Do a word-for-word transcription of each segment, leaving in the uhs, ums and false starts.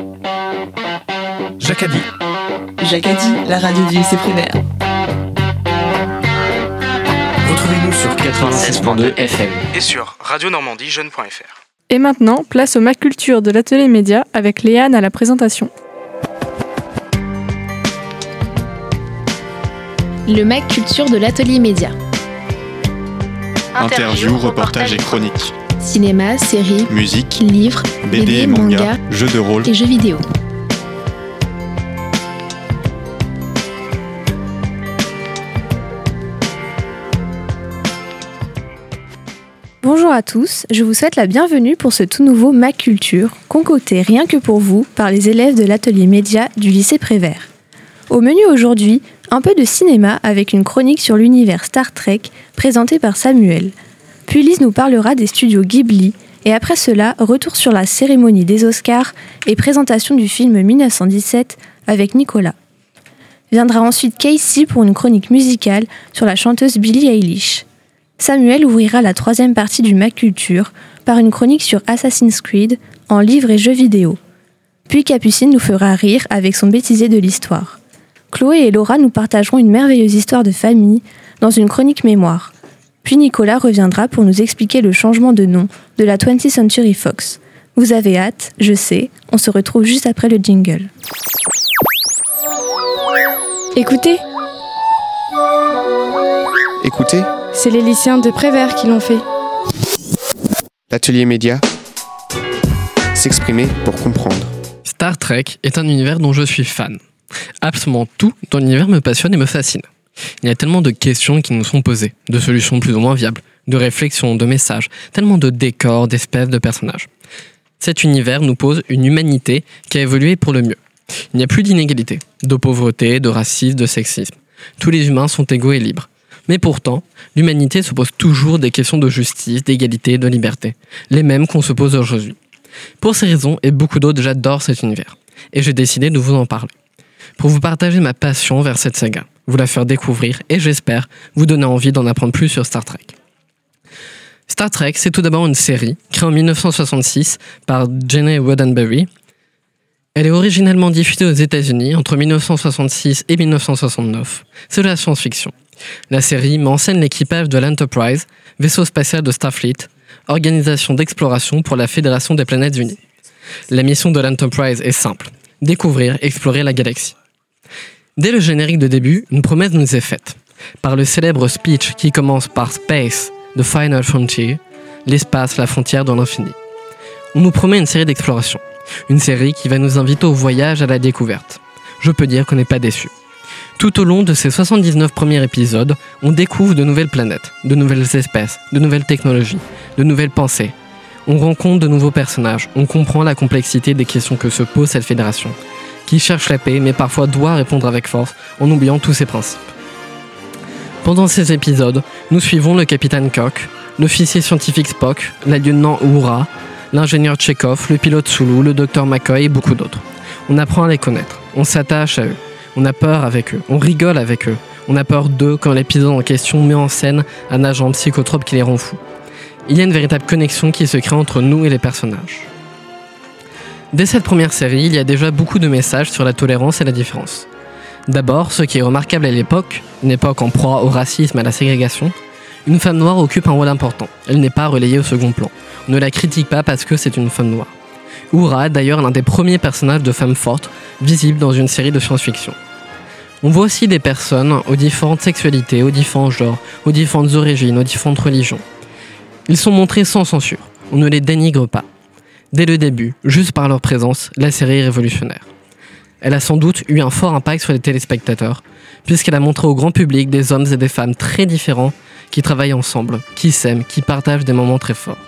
Jacadi. Jacadi, la radio du lycée Prévert. Retrouvez-nous sur quatre-vingt-seize virgule deux F M et sur radio normandie jeune point f r. Et maintenant, place au Mac Culture de l'Atelier Média avec Léane à la présentation. Le Mac Culture de l'Atelier Média. Interviews, reportages et chroniques. Cinéma, séries, musique, livres, B D, B D et manga, manga, jeux de rôle et jeux vidéo. Bonjour à tous, je vous souhaite la bienvenue pour ce tout nouveau Mac Culture, concocté rien que pour vous par les élèves de l'Atelier Média du lycée Prévert. Au menu aujourd'hui, un peu de cinéma avec une chronique sur l'univers Star Trek présentée par Samuel. Puis Lise nous parlera des studios Ghibli et après cela, retour sur la cérémonie des Oscars et présentation du film dix-neuf cent dix-sept avec Nicolas. Viendra ensuite Casey pour une chronique musicale sur la chanteuse Billie Eilish. Samuel ouvrira la troisième partie du Mac Culture par une chronique sur Assassin's Creed en livres et jeux vidéo. Puis Capucine nous fera rire avec son bêtisier de l'histoire. Chloé et Laura nous partageront une merveilleuse histoire de famille dans une chronique mémoire. Puis Nicolas reviendra pour nous expliquer le changement de nom de la twentieth Century Fox. Vous avez hâte, je sais, on se retrouve juste après le jingle. Écoutez Écoutez C'est les lycéens de Prévert qui l'ont fait. L'Atelier Média. S'exprimer pour comprendre. Star Trek est un univers dont je suis fan. Absolument tout dans l'univers me passionne et me fascine. Il y a tellement de questions qui nous sont posées, de solutions plus ou moins viables, de réflexions, de messages, tellement de décors, d'espèces, de personnages. Cet univers nous pose une humanité qui a évolué pour le mieux. Il n'y a plus d'inégalité, de pauvreté, de racisme, de sexisme. Tous les humains sont égaux et libres. Mais pourtant, l'humanité se pose toujours des questions de justice, d'égalité, de liberté. Les mêmes qu'on se pose aujourd'hui. Pour ces raisons et beaucoup d'autres, j'adore cet univers. Et j'ai décidé de vous en parler. Pour vous partager ma passion vers cette saga, vous la faire découvrir et j'espère vous donner envie d'en apprendre plus sur Star Trek. Star Trek, c'est tout d'abord une série créée en dix-neuf cent soixante-six par Gene Roddenberry. Elle est originellement diffusée aux États-Unis entre dix-neuf cent soixante-six et dix-neuf cent soixante-neuf. C'est de la science-fiction. La série met en scène l'équipage de l'Enterprise, vaisseau spatial de Starfleet, organisation d'exploration pour la Fédération des Planètes Unies. La mission de l'Enterprise est simple, découvrir et explorer la galaxie. Dès le générique de début, une promesse nous est faite. Par le célèbre speech qui commence par Space, the Final Frontier, l'espace, la frontière dans l'infini. On nous promet une série d'exploration, une série qui va nous inviter au voyage à la découverte. Je peux dire qu'on n'est pas déçus. Tout au long de ces soixante-dix-neuf premiers épisodes, on découvre de nouvelles planètes, de nouvelles espèces, de nouvelles technologies, de nouvelles pensées. On rencontre de nouveaux personnages, on comprend la complexité des questions que se pose cette fédération, qui cherche la paix mais parfois doit répondre avec force en oubliant tous ses principes. Pendant ces épisodes, nous suivons le capitaine Kirk, l'officier scientifique Spock, la lieutenant Uhura, l'ingénieur Chekhov, le pilote Sulu, le docteur McCoy et beaucoup d'autres. On apprend à les connaître, on s'attache à eux. On a peur avec eux, on rigole avec eux. On a peur d'eux quand l'épisode en question met en scène un agent psychotrope qui les rend fous. Il y a une véritable connexion qui se crée entre nous et les personnages. Dès cette première série, il y a déjà beaucoup de messages sur la tolérance et la différence. D'abord, ce qui est remarquable à l'époque, une époque en proie au racisme et à la ségrégation, une femme noire occupe un rôle important. Elle n'est pas relayée au second plan. On ne la critique pas parce que c'est une femme noire. Uhura est d'ailleurs l'un des premiers personnages de femmes fortes visibles dans une série de science-fiction. On voit aussi des personnes aux différentes sexualités, aux différents genres, aux différentes origines, aux différentes religions. Ils sont montrés sans censure, on ne les dénigre pas. Dès le début, juste par leur présence, la série est révolutionnaire. Elle a sans doute eu un fort impact sur les téléspectateurs, puisqu'elle a montré au grand public des hommes et des femmes très différents qui travaillent ensemble, qui s'aiment, qui partagent des moments très forts.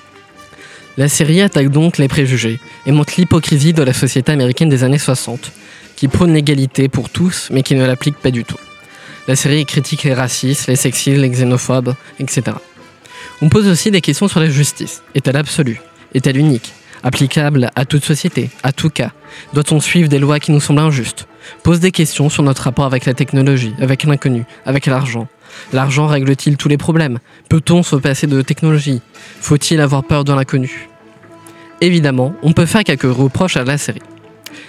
La série attaque donc les préjugés et montre l'hypocrisie de la société américaine des années soixante, qui prône l'égalité pour tous, mais qui ne l'applique pas du tout. La série critique les racistes, les sexistes, les xénophobes, et cetera. On pose aussi des questions sur la justice. Est-elle absolue ? Est-elle unique ? Applicable à toute société, à tout cas ? Doit-on suivre des lois qui nous semblent injustes ? Pose des questions sur notre rapport avec la technologie, avec l'inconnu, avec l'argent. L'argent règle-t-il tous les problèmes ? Peut-on se passer de technologie ? Faut-il avoir peur de l'inconnu ? Évidemment, on peut faire quelques reproches à la série.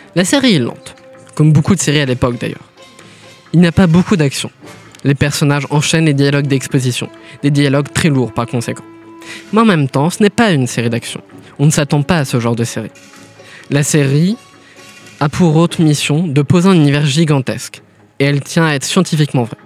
La série est lente, comme beaucoup de séries à l'époque d'ailleurs. Il n'y a pas beaucoup d'action. Les personnages enchaînent les dialogues d'exposition, des dialogues très lourds par conséquent. Mais en même temps, ce n'est pas une série d'action. On ne s'attend pas à ce genre de série. La série a pour autre mission de poser un univers gigantesque, et elle tient à être scientifiquement vraie.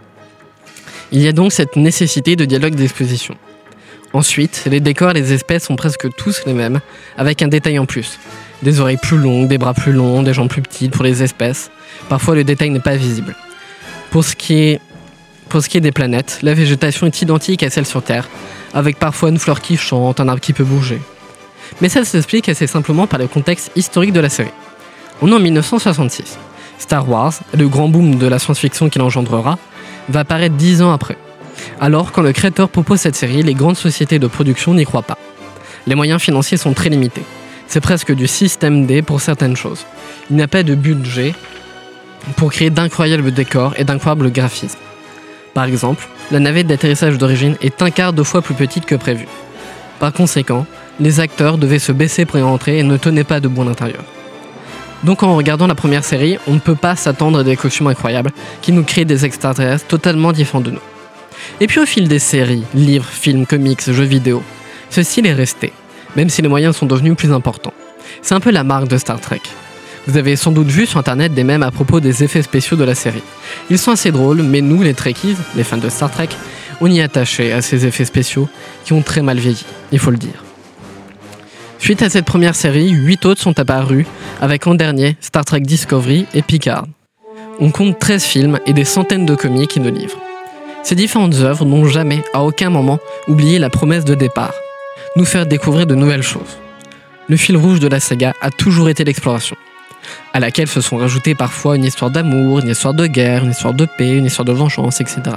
Il y a donc cette nécessité de dialogue d'exposition. Ensuite, les décors et les espèces sont presque tous les mêmes, avec un détail en plus. Des oreilles plus longues, des bras plus longs, des jambes plus petites pour les espèces. Parfois, le détail n'est pas visible. Pour ce qui est, pour ce qui est des planètes, la végétation est identique à celle sur Terre, avec parfois une fleur qui chante, un arbre qui peut bouger. Mais ça s'explique assez simplement par le contexte historique de la série. On est en dix-neuf cent soixante-six. Star Wars, le grand boom de la science-fiction qu'il engendrera, va apparaître dix ans après. Alors, quand le créateur propose cette série, les grandes sociétés de production n'y croient pas. Les moyens financiers sont très limités. C'est presque du système D pour certaines choses. Il n'y a pas de budget pour créer d'incroyables décors et d'incroyables graphismes. Par exemple, la navette d'atterrissage d'origine est un quart de fois plus petite que prévu. Par conséquent, les acteurs devaient se baisser pour y rentrer et ne tenaient pas debout à l'intérieur. Donc en regardant la première série, on ne peut pas s'attendre à des costumes incroyables qui nous créent des extraterrestres totalement différents de nous. Et puis au fil des séries, livres, films, comics, jeux vidéo, ce style est resté, même si les moyens sont devenus plus importants. C'est un peu la marque de Star Trek. Vous avez sans doute vu sur internet des mèmes à propos des effets spéciaux de la série. Ils sont assez drôles, mais nous, les Trekkies, les fans de Star Trek, on y est attachés à ces effets spéciaux qui ont très mal vieilli, il faut le dire. Suite à cette première série, huit autres sont apparus, avec en dernier Star Trek Discovery et Picard. On compte treize films et des centaines de comics et de livres. Ces différentes œuvres n'ont jamais, à aucun moment, oublié la promesse de départ, nous faire découvrir de nouvelles choses. Le fil rouge de la saga a toujours été l'exploration, à laquelle se sont rajoutées parfois une histoire d'amour, une histoire de guerre, une histoire de paix, une histoire de vengeance, et cetera.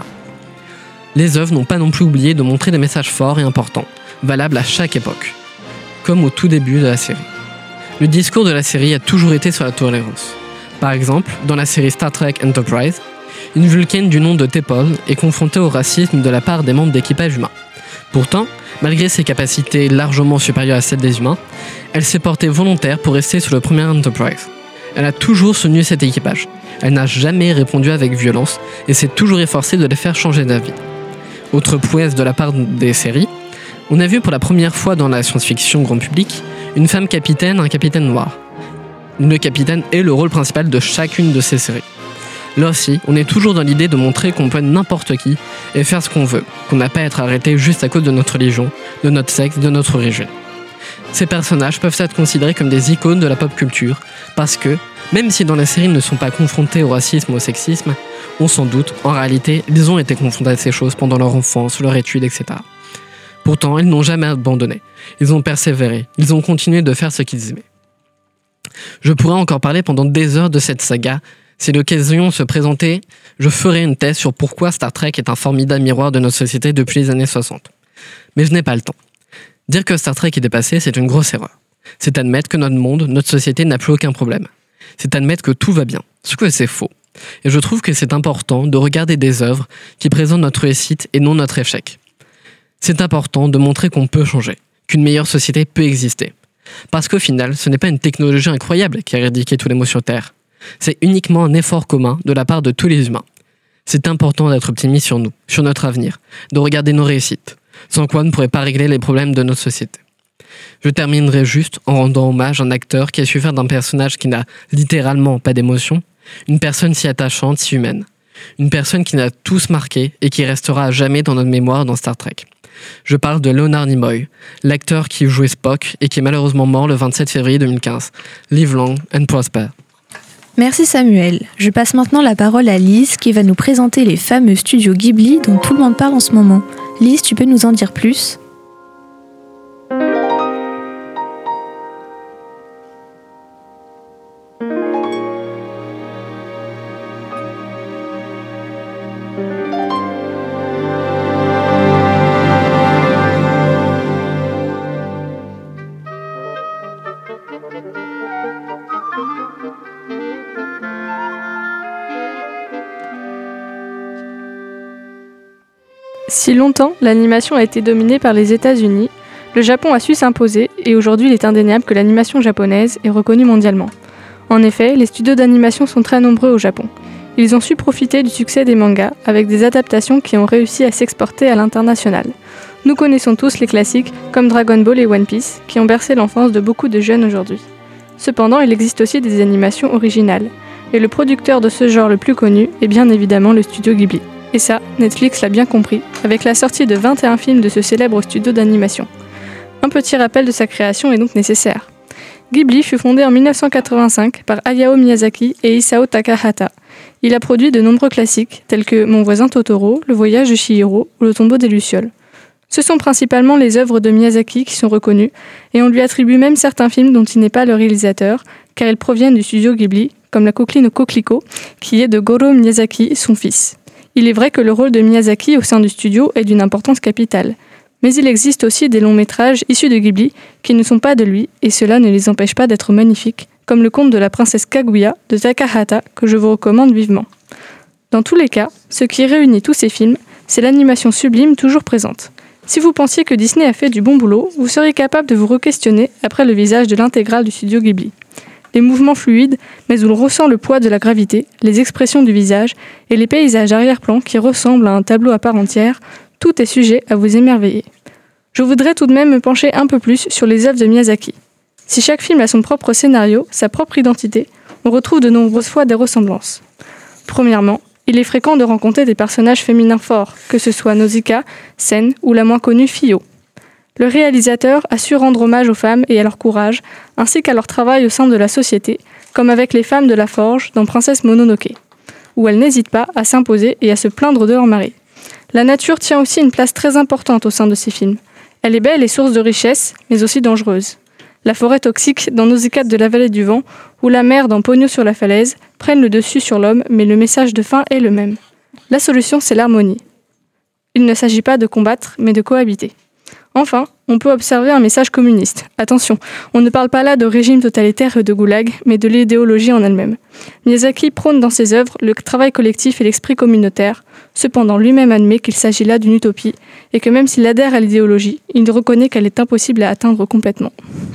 Les œuvres n'ont pas non plus oublié de montrer des messages forts et importants, valables à chaque époque, comme au tout début de la série. Le discours de la série a toujours été sur la tolérance. Par exemple, dans la série Star Trek Enterprise, une Vulcaine du nom de T'Pol est confrontée au racisme de la part des membres d'équipage humains. Pourtant, malgré ses capacités largement supérieures à celles des humains, elle s'est portée volontaire pour rester sur le premier Enterprise. Elle a toujours soutenu cet équipage. Elle n'a jamais répondu avec violence et s'est toujours efforcée de les faire changer d'avis. Autre prouesse de la part des séries, on a vu pour la première fois dans la science-fiction grand public une femme capitaine, un capitaine noir. Le capitaine est le rôle principal de chacune de ces séries. Là aussi, on est toujours dans l'idée de montrer qu'on peut être n'importe qui et faire ce qu'on veut, qu'on n'a pas à être arrêté juste à cause de notre religion, de notre sexe, de notre origine. Ces personnages peuvent être considérés comme des icônes de la pop culture parce que, même si dans la série ils ne sont pas confrontés au racisme ou au sexisme, on s'en doute, en réalité, ils ont été confrontés à ces choses pendant leur enfance, leur étude, et cetera. Pourtant, ils n'ont jamais abandonné. Ils ont persévéré. Ils ont continué de faire ce qu'ils aimaient. Je pourrais encore parler pendant des heures de cette saga. Si l'occasion se présentait, je ferai une thèse sur pourquoi Star Trek est un formidable miroir de notre société depuis les années soixante. Mais je n'ai pas le temps. Dire que Star Trek est dépassé, c'est une grosse erreur. C'est admettre que notre monde, notre société n'a plus aucun problème. C'est admettre que tout va bien, ce que c'est faux. Et je trouve que c'est important de regarder des œuvres qui présentent notre réussite et non notre échec. C'est important de montrer qu'on peut changer, qu'une meilleure société peut exister. Parce qu'au final, ce n'est pas une technologie incroyable qui a éradiqué tous les maux sur Terre. C'est uniquement un effort commun de la part de tous les humains. C'est important d'être optimiste sur nous, sur notre avenir, de regarder nos réussites, sans quoi on ne pourrait pas régler les problèmes de notre société. Je terminerai juste en rendant hommage à un acteur qui a su faire d'un personnage qui n'a littéralement pas d'émotion, une personne si attachante, si humaine. Une personne qui nous a tous marqués et qui restera à jamais dans notre mémoire dans Star Trek. Je parle de Leonard Nimoy, l'acteur qui jouait Spock et qui est malheureusement mort le vingt-sept février deux mille quinze. Live long and prosper. Merci Samuel. Je passe maintenant la parole à Lise qui va nous présenter les fameux studios Ghibli dont tout le monde parle en ce moment. Lise, tu peux nous en dire plus ? Si longtemps, l'animation a été dominée par les États-Unis, le Japon a su s'imposer et aujourd'hui il est indéniable que l'animation japonaise est reconnue mondialement. En effet, les studios d'animation sont très nombreux au Japon. Ils ont su profiter du succès des mangas avec des adaptations qui ont réussi à s'exporter à l'international. Nous connaissons tous les classiques comme Dragon Ball et One Piece qui ont bercé l'enfance de beaucoup de jeunes aujourd'hui. Cependant, il existe aussi des animations originales. Et le producteur de ce genre le plus connu est bien évidemment le studio Ghibli. Et ça, Netflix l'a bien compris, avec la sortie de vingt et un films de ce célèbre studio d'animation. Un petit rappel de sa création est donc nécessaire. Ghibli fut fondé en dix-neuf cent quatre-vingt-cinq par Hayao Miyazaki et Isao Takahata. Il a produit de nombreux classiques, tels que Mon voisin Totoro, Le voyage de Chihiro ou Le tombeau des Lucioles. Ce sont principalement les œuvres de Miyazaki qui sont reconnues, et on lui attribue même certains films dont il n'est pas le réalisateur, car ils proviennent du studio Ghibli, comme La coqueline au coquelicot, qui est de Goro Miyazaki, son fils. Il est vrai que le rôle de Miyazaki au sein du studio est d'une importance capitale. Mais il existe aussi des longs métrages issus de Ghibli qui ne sont pas de lui, et cela ne les empêche pas d'être magnifiques, comme le conte de la princesse Kaguya de Takahata, que je vous recommande vivement. Dans tous les cas, ce qui réunit tous ces films, c'est l'animation sublime toujours présente. Si vous pensiez que Disney a fait du bon boulot, vous seriez capable de vous re-questionner après le visage de l'intégrale du studio Ghibli. Les mouvements fluides, mais où l'on ressent le poids de la gravité, les expressions du visage et les paysages arrière-plan qui ressemblent à un tableau à part entière, tout est sujet à vous émerveiller. Je voudrais tout de même me pencher un peu plus sur les œuvres de Miyazaki. Si chaque film a son propre scénario, sa propre identité, on retrouve de nombreuses fois des ressemblances. Premièrement, il est fréquent de rencontrer des personnages féminins forts, que ce soit Nausicaa, Sen ou la moins connue Fio. Le réalisateur a su rendre hommage aux femmes et à leur courage, ainsi qu'à leur travail au sein de la société, comme avec les femmes de la forge dans Princesse Mononoke, où elles n'hésitent pas à s'imposer et à se plaindre de leur mari. La nature tient aussi une place très importante au sein de ces films. Elle est belle et source de richesse, mais aussi dangereuse. La forêt toxique dans Nausicaa de la vallée du vent, ou la mer dans Pogno sur la falaise, prennent le dessus sur l'homme, mais le message de fin est le même. La solution, c'est l'harmonie. Il ne s'agit pas de combattre, mais de cohabiter. Enfin, on peut observer un message communiste. Attention, on ne parle pas là de régime totalitaire et de goulag, mais de l'idéologie en elle-même. Miyazaki prône dans ses œuvres le travail collectif et l'esprit communautaire. Cependant, lui-même admet qu'il s'agit là d'une utopie et que même s'il adhère à l'idéologie, il reconnaît qu'elle est impossible à atteindre complètement.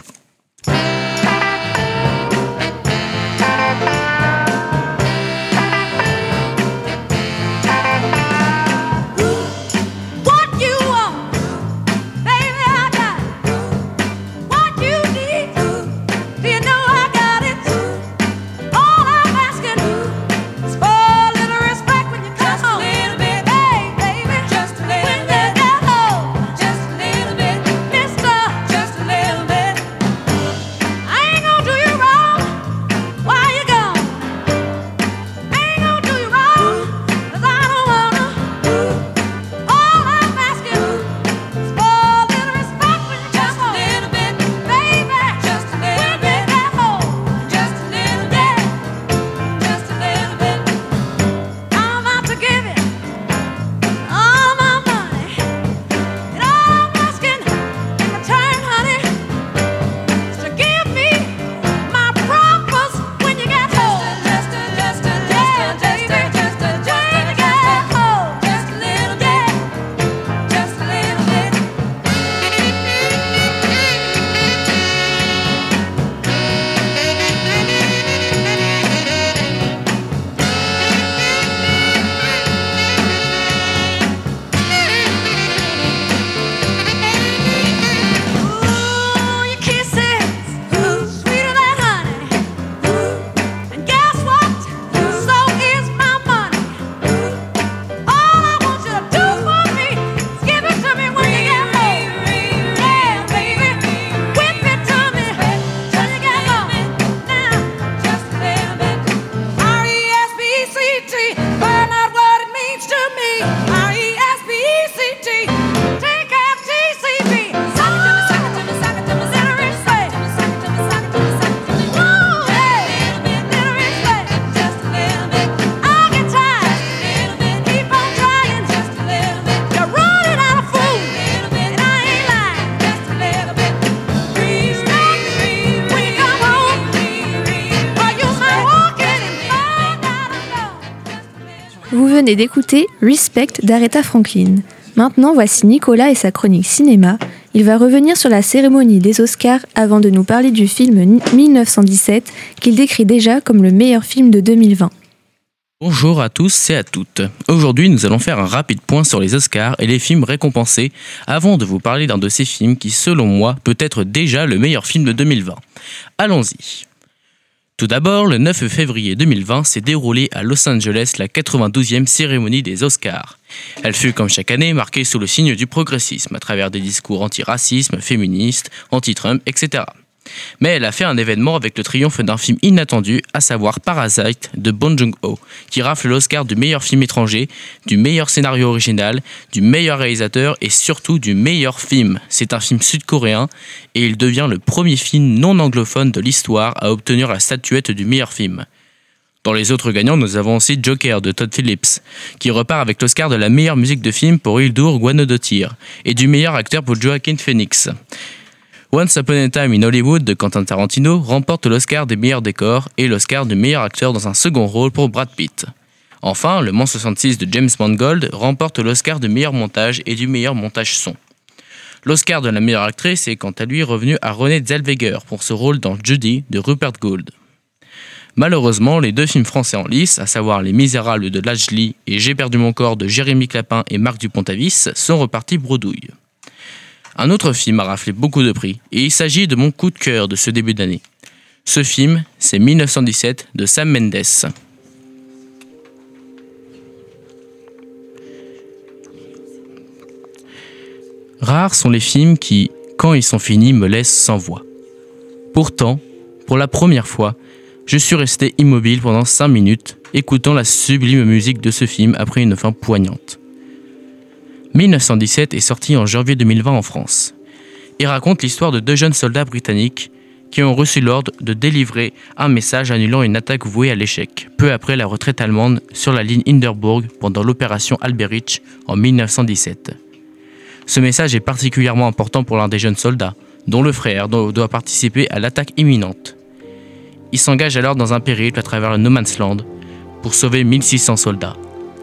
Vous venez d'écouter Respect d'Aretha Franklin. Maintenant, voici Nicolas et sa chronique cinéma, Il va revenir sur la cérémonie des Oscars avant de nous parler du film mille neuf cent dix-sept qu'il décrit déjà comme le meilleur film de deux mille vingt. Bonjour à tous et à toutes. Aujourd'hui, nous allons faire un rapide point sur les Oscars et les films récompensés avant de vous parler d'un de ces films qui, selon moi, peut être déjà le meilleur film de deux mille vingt. Allons-y. Tout d'abord, le neuf février deux mille vingt s'est déroulée à Los Angeles la quatre-vingt-douzième cérémonie des Oscars. Elle fut, comme chaque année, marquée sous le signe du progressisme, à travers des discours anti-racisme, féministes, anti-Trump, et cetera. Mais elle a fait un événement avec le triomphe d'un film inattendu, à savoir Parasite de Bong Joon-ho, qui rafle l'Oscar du meilleur film étranger, du meilleur scénario original, du meilleur réalisateur et surtout du meilleur film. C'est un film sud-coréen et il devient le premier film non anglophone de l'histoire à obtenir la statuette du meilleur film. Dans les autres gagnants, nous avons aussi Joker de Todd Phillips, qui repart avec l'Oscar de la meilleure musique de film pour Hildur Guðnadóttir et du meilleur acteur pour Joaquin Phoenix. Once Upon a Time in Hollywood de Quentin Tarantino remporte l'Oscar des meilleurs décors et l'Oscar du meilleur acteur dans un second rôle pour Brad Pitt. Enfin, Le Mans soixante-six de James Mangold remporte l'Oscar du meilleur montage et du meilleur montage son. L'Oscar de la meilleure actrice est quant à lui revenu à Renée Zellweger pour ce rôle dans Judy de Rupert Gould. Malheureusement, les deux films français en lice, à savoir Les Misérables de Lajli et J'ai perdu mon corps de Jérémy Clapin et Marc Dupont-Avis, sont repartis bredouille. Un autre film a raflé beaucoup de prix, et il s'agit de mon coup de cœur de ce début d'année. Ce film, c'est mille neuf cent dix-sept de Sam Mendes. Rares sont les films qui, quand ils sont finis, me laissent sans voix. Pourtant, pour la première fois, je suis resté immobile pendant cinq minutes, écoutant la sublime musique de ce film après une fin poignante. mille neuf cent dix-sept est sorti en janvier deux mille vingt en France et raconte l'histoire de deux jeunes soldats britanniques qui ont reçu l'ordre de délivrer un message annulant une attaque vouée à l'échec, peu après la retraite allemande sur la ligne Hindenburg pendant l'opération Alberich en mille neuf cent dix-sept. Ce message est particulièrement important pour l'un des jeunes soldats, dont le frère doit participer à l'attaque imminente. Il s'engage alors dans un périple à travers le No Man's Land pour sauver mille six cents soldats.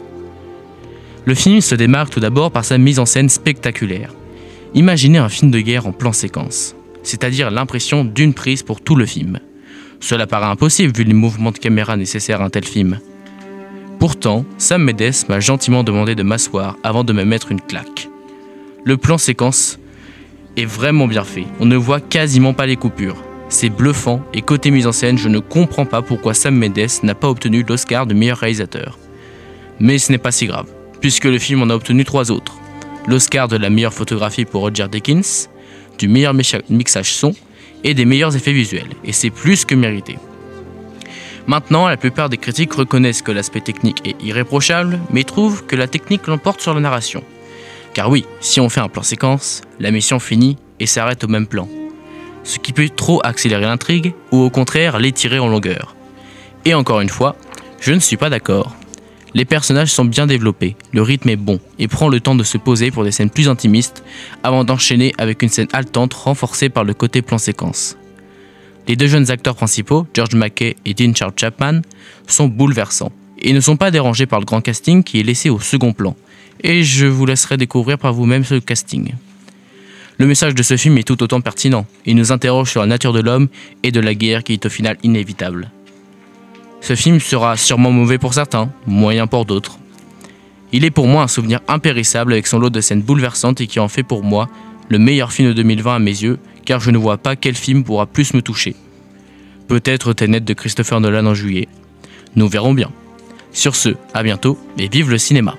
Le film se démarque tout d'abord par sa mise en scène spectaculaire. Imaginez un film de guerre en plan séquence, c'est-à-dire l'impression d'une prise pour tout le film. Cela paraît impossible vu les mouvements de caméra nécessaires à un tel film. Pourtant, Sam Mendes m'a gentiment demandé de m'asseoir avant de me mettre une claque. Le plan séquence est vraiment bien fait, on ne voit quasiment pas les coupures. C'est bluffant et côté mise en scène, je ne comprends pas pourquoi Sam Mendes n'a pas obtenu l'Oscar de meilleur réalisateur. Mais ce n'est pas si grave, puisque le film en a obtenu trois autres. L'Oscar de la meilleure photographie pour Roger Deakins, du meilleur mixage son et des meilleurs effets visuels, et c'est plus que mérité. Maintenant, la plupart des critiques reconnaissent que l'aspect technique est irréprochable, mais trouvent que la technique l'emporte sur la narration. Car oui, si on fait un plan séquence, la mission finit et s'arrête au même plan. Ce qui peut trop accélérer l'intrigue, ou au contraire l'étirer en longueur. Et encore une fois, je ne suis pas d'accord. Les personnages sont bien développés, le rythme est bon et prend le temps de se poser pour des scènes plus intimistes avant d'enchaîner avec une scène haletante renforcée par le côté plan séquence. Les deux jeunes acteurs principaux, George Mackay et Dean Charles Chapman, sont bouleversants et ne sont pas dérangés par le grand casting qui est laissé au second plan. Et je vous laisserai découvrir par vous-même ce casting. Le message de ce film est tout autant pertinent. Il nous interroge sur la nature de l'homme et de la guerre qui est au final inévitable. Ce film sera sûrement mauvais pour certains, moyen pour d'autres. Il est pour moi un souvenir impérissable avec son lot de scènes bouleversantes et qui en fait pour moi le meilleur film de deux mille vingt à mes yeux, car je ne vois pas quel film pourra plus me toucher. Peut-être Tenet de Christopher Nolan en juillet. Nous verrons bien. Sur ce, à bientôt et vive le cinéma.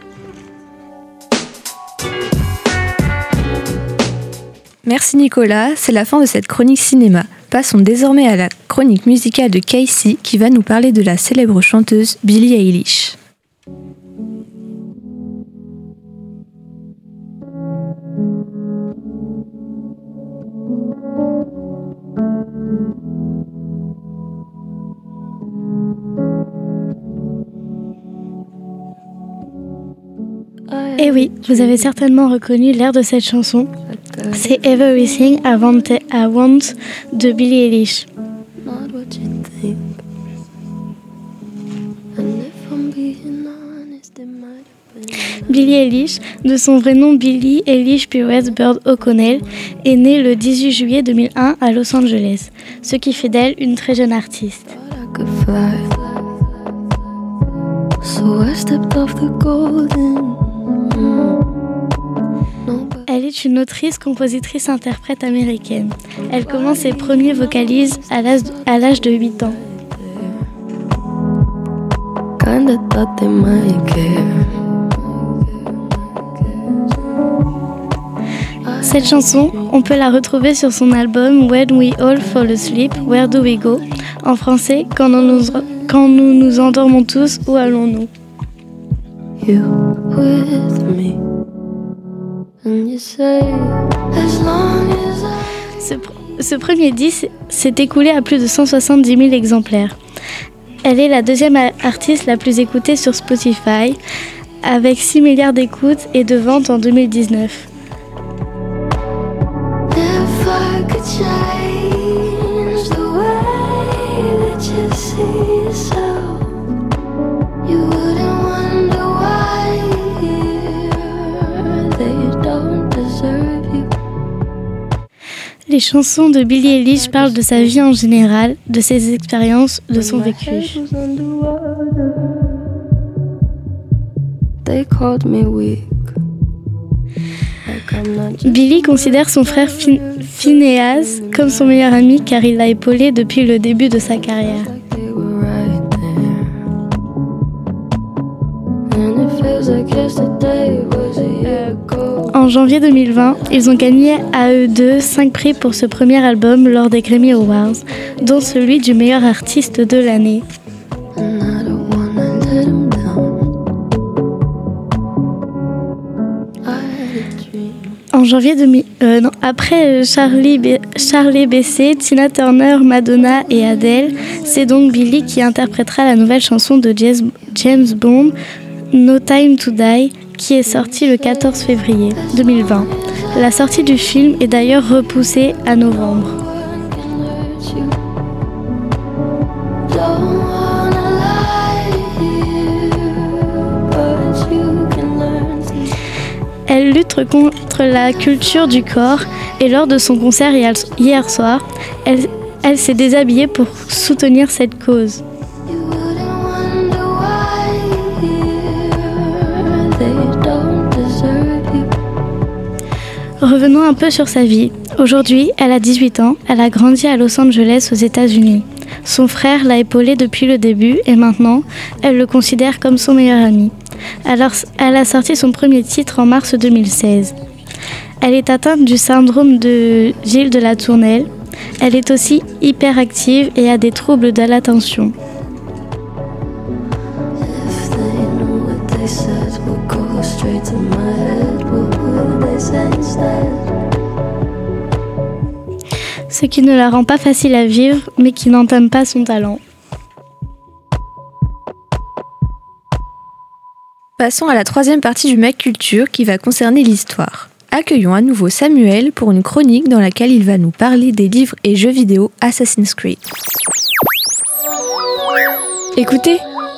Merci Nicolas, c'est la fin de cette chronique cinéma. Passons désormais à la chronique musicale de Casey qui va nous parler de la célèbre chanteuse Billie Eilish. Eh oui, vous avez certainement reconnu l'air de cette chanson. C'est Everything I Want, I Want de Billie Eilish. Billie Eilish, de son vrai nom Billie Eilish Purez Bird O'Connell, est née le dix-huit juillet deux mille un à Los Angeles, ce qui fait d'elle une très jeune artiste. Elle est une autrice, compositrice, interprète américaine. Elle commence ses premiers vocalises à l'âge, à l'âge de huit ans. Cette chanson, on peut la retrouver sur son album When We All Fall Asleep, Where Do We Go? En français, quand nous nous, quand nous, nous endormons tous, où allons-nous? You with me. And you say, as long as I... ce, pr- ce premier disque s'est écoulé à plus de cent soixante-dix mille exemplaires. Elle est la deuxième artiste la plus écoutée sur Spotify, avec six milliards d'écoutes et de ventes en deux mille dix-neuf. Les chansons de Billie Eilish parlent de sa vie en général, de ses expériences, de son vécu. Billie considère son frère fin- Phineas comme son meilleur ami car il l'a épaulé depuis le début de sa carrière. En janvier deux mille vingt, ils ont gagné à eux deux cinq prix pour ce premier album lors des Grammy Awards, dont celui du meilleur artiste de l'année. En janvier deux mille, euh, non, après Charlie, B- Charlie B C, Tina Turner, Madonna et Adele, c'est donc Billie qui interprétera la nouvelle chanson de James Bond, No Time to Die, qui est sortie le quatorze février deux mille vingt. La sortie du film est d'ailleurs repoussée à novembre. Elle lutte contre la culture du corps et lors de son concert hier soir, elle, elle s'est déshabillée pour soutenir cette cause. Revenons un peu sur sa vie. Aujourd'hui, elle a dix-huit ans, elle a grandi à Los Angeles aux États-Unis. Son frère l'a épaulée depuis le début et maintenant, elle le considère comme son meilleur ami. Alors, elle a sorti son premier titre en mars deux mille seize. Elle est atteinte du syndrome de Gilles de la Tournelle. Elle est aussi hyperactive et a des troubles de l'attention. Ce qui ne la rend pas facile à vivre, mais qui n'entame pas son talent. Passons à la troisième partie du Mac Culture qui va concerner l'histoire. Accueillons à nouveau Samuel pour une chronique dans laquelle il va nous parler des livres et jeux vidéo Assassin's Creed. Écoutez,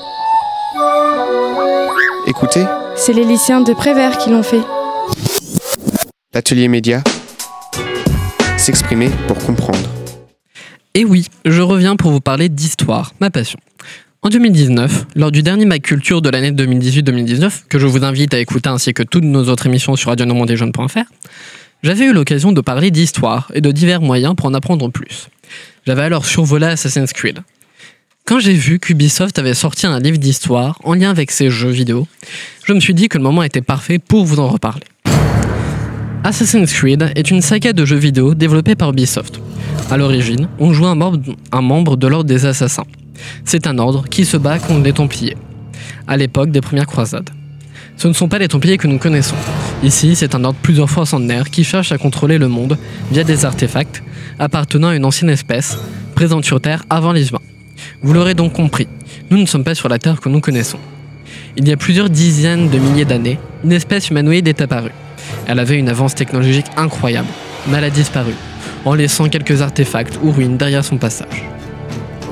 Écoutez, c'est les lycéens de Prévert qui l'ont fait. l'atelier média, s'exprimer pour comprendre. Et oui, je reviens pour vous parler d'histoire, ma passion. En deux mille dix-neuf, lors du dernier Mac Culture de l'année deux mille dix-huit deux mille dix-neuf, que je vous invite à écouter ainsi que toutes nos autres émissions sur radio normandie jeune point f r, j'avais eu l'occasion de parler d'histoire et de divers moyens pour en apprendre plus. J'avais alors survolé Assassin's Creed. Quand j'ai vu qu'Ubisoft avait sorti un livre d'histoire en lien avec ses jeux vidéo, je me suis dit que le moment était parfait pour vous en reparler. Assassin's Creed est une saga de jeux vidéo développée par Ubisoft. À l'origine, on joue un membre, un membre de l'ordre des assassins. C'est un ordre qui se bat contre les Templiers, à l'époque des premières croisades. Ce ne sont pas les Templiers que nous connaissons. Ici, c'est un ordre plusieurs fois centenaire qui cherche à contrôler le monde via des artefacts appartenant à une ancienne espèce, présente sur Terre avant les humains. Vous l'aurez donc compris, nous ne sommes pas sur la Terre que nous connaissons. Il y a plusieurs dizaines de milliers d'années, une espèce humanoïde est apparue. Elle avait une avance technologique incroyable, mais elle a disparu, en laissant quelques artefacts ou ruines derrière son passage.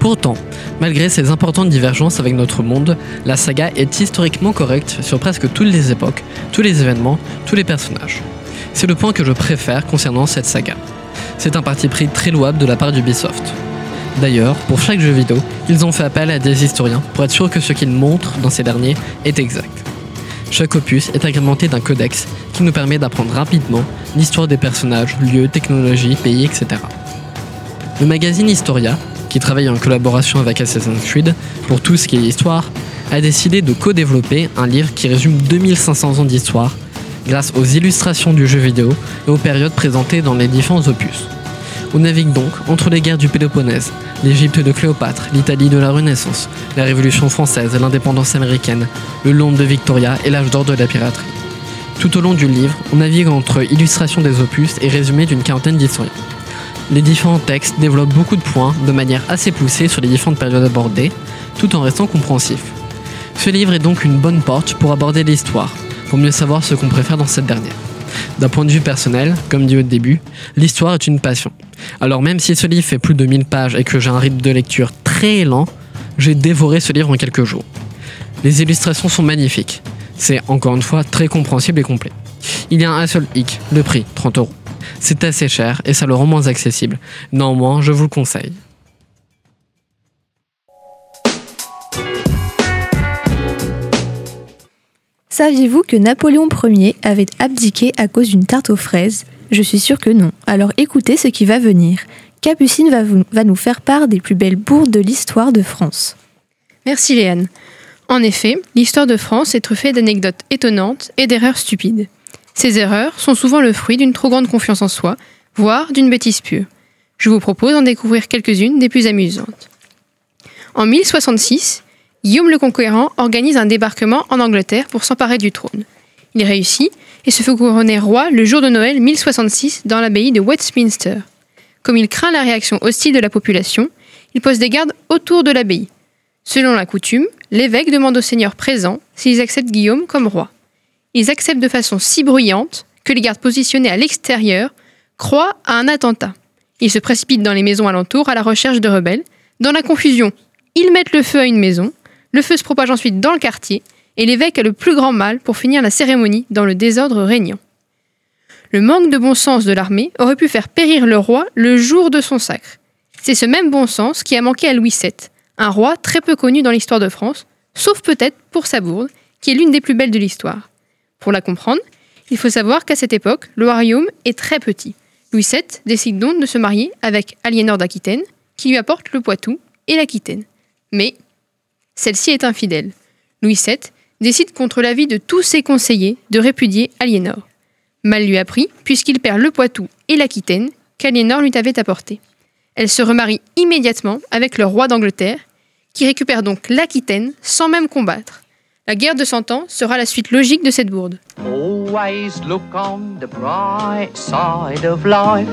Pourtant, malgré ces importantes divergences avec notre monde, la saga est historiquement correcte sur presque toutes les époques, tous les événements, tous les personnages. C'est le point que je préfère concernant cette saga. C'est un parti pris très louable de la part d'Ubisoft. D'ailleurs, pour chaque jeu vidéo, ils ont fait appel à des historiens pour être sûr que ce qu'ils montrent dans ces derniers est exact. Chaque opus est agrémenté d'un codex qui nous permet d'apprendre rapidement l'histoire des personnages, lieux, technologies, pays, et cetera. Le magazine Historia, qui travaille en collaboration avec Assassin's Creed pour tout ce qui est histoire, a décidé de co-développer un livre qui résume deux mille cinq cents ans d'histoire grâce aux illustrations du jeu vidéo et aux périodes présentées dans les différents opus. On navigue donc entre les guerres du Péloponnèse, l'Égypte de Cléopâtre, l'Italie de la Renaissance, la Révolution française, l'indépendance américaine, le Londres de Victoria et l'âge d'or de la piraterie. Tout au long du livre, on navigue entre illustrations des opus et résumés d'une quarantaine d'historiens. Les différents textes développent beaucoup de points de manière assez poussée sur les différentes périodes abordées, tout en restant compréhensif. Ce livre est donc une bonne porte pour aborder l'histoire, pour mieux savoir ce qu'on préfère dans cette dernière. D'un point de vue personnel, comme dit au début, l'histoire est une passion. Alors même si ce livre fait plus de mille pages et que j'ai un rythme de lecture très lent, j'ai dévoré ce livre en quelques jours. Les illustrations sont magnifiques. C'est encore une fois très compréhensible et complet. Il y a un seul hic, le prix, trente euros. C'est assez cher et ça le rend moins accessible. Néanmoins, je vous le conseille. Saviez-vous que Napoléon Ier avait abdiqué à cause d'une tarte aux fraises ? Je suis sûre que non. Alors écoutez ce qui va venir. Capucine va, vous, va nous faire part des plus belles bourdes de l'histoire de France. Merci Léane. En effet, l'histoire de France est truffée d'anecdotes étonnantes et d'erreurs stupides. Ces erreurs sont souvent le fruit d'une trop grande confiance en soi, voire d'une bêtise pure. Je vous propose d'en découvrir quelques-unes des plus amusantes. En mille soixante-six, Guillaume le Conquérant organise un débarquement en Angleterre pour s'emparer du trône. Il réussit et se fait couronner roi le jour de Noël mille soixante-six dans l'abbaye de Westminster. Comme il craint la réaction hostile de la population, il pose des gardes autour de l'abbaye. Selon la coutume, l'évêque demande aux seigneurs présents s'ils acceptent Guillaume comme roi. Ils acceptent de façon si bruyante que les gardes positionnés à l'extérieur croient à un attentat. Ils se précipitent dans les maisons alentours à la recherche de rebelles. Dans la confusion, ils mettent le feu à une maison. Le feu se propage ensuite dans le quartier et l'évêque a le plus grand mal pour finir la cérémonie dans le désordre régnant. Le manque de bon sens de l'armée aurait pu faire périr le roi le jour de son sacre. C'est ce même bon sens qui a manqué à Louis sept, un roi très peu connu dans l'histoire de France, sauf peut-être pour sa bourde, qui est l'une des plus belles de l'histoire. Pour la comprendre, il faut savoir qu'à cette époque, le royaume est très petit. Louis sept décide donc de se marier avec Aliénor d'Aquitaine, qui lui apporte le Poitou et l'Aquitaine. Mais celle-ci est infidèle. Louis sept décide contre l'avis de tous ses conseillers de répudier Aliénor. Mal lui a pris, puisqu'il perd le Poitou et l'Aquitaine qu'Aliénor lui avait apporté. Elle se remarie immédiatement avec le roi d'Angleterre, qui récupère donc l'Aquitaine sans même combattre. La guerre de Cent Ans sera la suite logique de cette bourde. Always look on the bright side of life.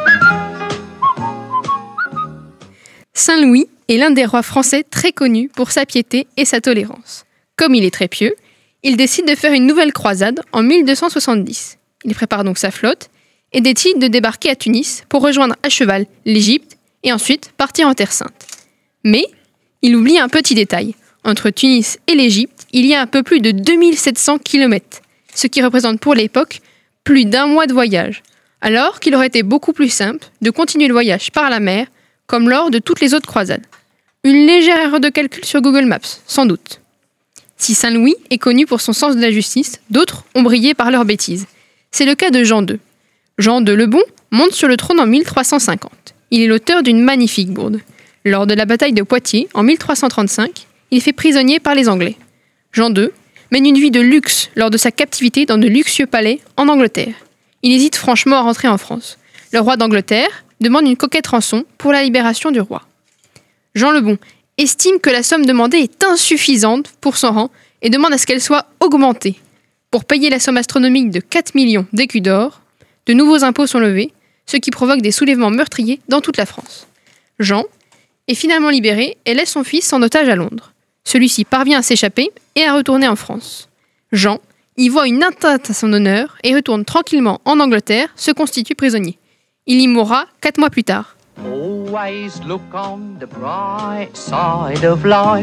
Saint Louis est l'un des rois français très connus pour sa piété et sa tolérance. Comme il est très pieux, il décide de faire une nouvelle croisade en mille deux cent soixante-dix. Il prépare donc sa flotte et décide de débarquer à Tunis pour rejoindre à cheval l'Égypte et ensuite partir en Terre Sainte. Mais il oublie un petit détail. Entre Tunis et l'Égypte, il y a un peu plus de deux mille sept cents kilomètres, ce qui représente pour l'époque plus d'un mois de voyage, alors qu'il aurait été beaucoup plus simple de continuer le voyage par la mer, comme lors de toutes les autres croisades. Une légère erreur de calcul sur Google Maps, sans doute. Si Saint Louis est connu pour son sens de la justice, d'autres ont brillé par leur bêtise. C'est le cas de Jean deux. Jean deux le Bon monte sur le trône en mille trois cent cinquante. Il est l'auteur d'une magnifique bourde. Lors de la bataille de Poitiers, en mille trois cent trente-cinq, il est fait prisonnier par les Anglais. Jean deux mène une vie de luxe lors de sa captivité dans de luxueux palais en Angleterre. Il hésite franchement à rentrer en France. Le roi d'Angleterre demande une coquette rançon pour la libération du roi. Jean le Bon estime que la somme demandée est insuffisante pour son rang et demande à ce qu'elle soit augmentée. Pour payer la somme astronomique de quatre millions d'écus d'or, de nouveaux impôts sont levés, ce qui provoque des soulèvements meurtriers dans toute la France. Jean est finalement libéré et laisse son fils en otage à Londres. Celui-ci parvient à s'échapper et à retourner en France. Jean y voit une atteinte à son honneur et retourne tranquillement en Angleterre, se constitue prisonnier. Il y mourra quatre mois plus tard, Always look on the bright side of life.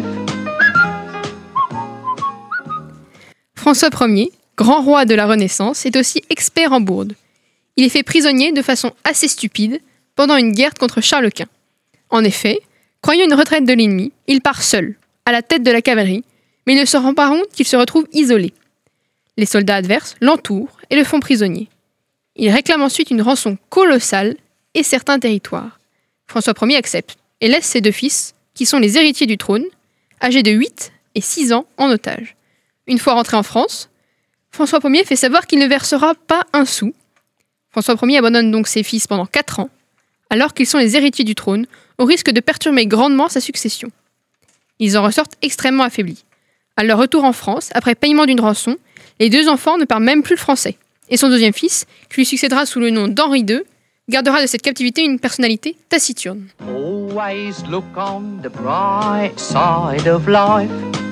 François Ier, grand roi de la Renaissance, est aussi expert en bourde. Il est fait prisonnier de façon assez stupide pendant une guerre contre Charles Quint. En effet, croyant une retraite de l'ennemi, il part seul, à la tête de la cavalerie, mais il ne se rend pas compte qu'il se retrouve isolé. Les soldats adverses l'entourent et le font prisonnier. Il réclame ensuite une rançon colossale et certains territoires. François Ier accepte et laisse ses deux fils, qui sont les héritiers du trône, âgés de huit et six ans, en otage. Une fois rentré en France, François Ier fait savoir qu'il ne versera pas un sou. François Ier abandonne donc ses fils pendant quatre ans, alors qu'ils sont les héritiers du trône, au risque de perturber grandement sa succession. Ils en ressortent extrêmement affaiblis. À leur retour en France, après paiement d'une rançon, les deux enfants ne parlent même plus le français. Et son deuxième fils, qui lui succédera sous le nom d'Henri deux, gardera de cette captivité une personnalité taciturne. Always look on the bright side of life.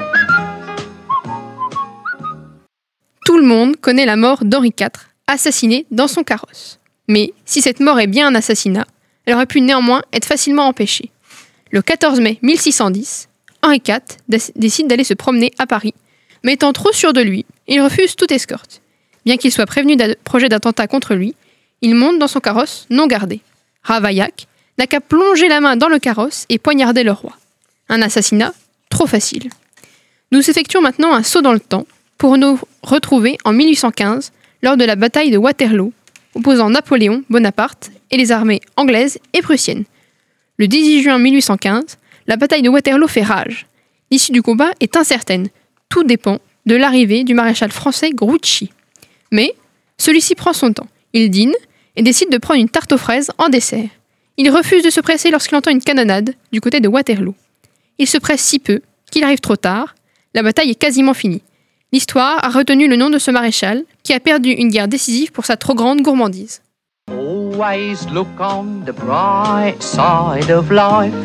Tout le monde connaît la mort d'Henri quatre, assassiné dans son carrosse. Mais si cette mort est bien un assassinat, elle aurait pu néanmoins être facilement empêchée. Le quatorze mai mille six cent dix, Henri quatre décide d'aller se promener à Paris, mais étant trop sûr de lui, il refuse toute escorte. Bien qu'il soit prévenu d'un projet d'attentat contre lui, il monte dans son carrosse non gardé. Ravaillac n'a qu'à plonger la main dans le carrosse et poignarder le roi. Un assassinat trop facile. Nous effectuons maintenant un saut dans le temps pour nous retrouver en mille huit cent quinze lors de la bataille de Waterloo, opposant Napoléon Bonaparte et les armées anglaises et prussiennes. Le dix-huit juin mille huit cent quinze, la bataille de Waterloo fait rage. L'issue du combat est incertaine. Tout dépend de l'arrivée du maréchal français Grouchy. Mais celui-ci prend son temps. Il dîne et décide de prendre une tarte aux fraises en dessert. Il refuse de se presser lorsqu'il entend une canonnade du côté de Waterloo. Il se presse si peu qu'il arrive trop tard. La bataille est quasiment finie. L'histoire a retenu le nom de ce maréchal qui a perdu une guerre décisive pour sa trop grande gourmandise. Always look on the bright side of life.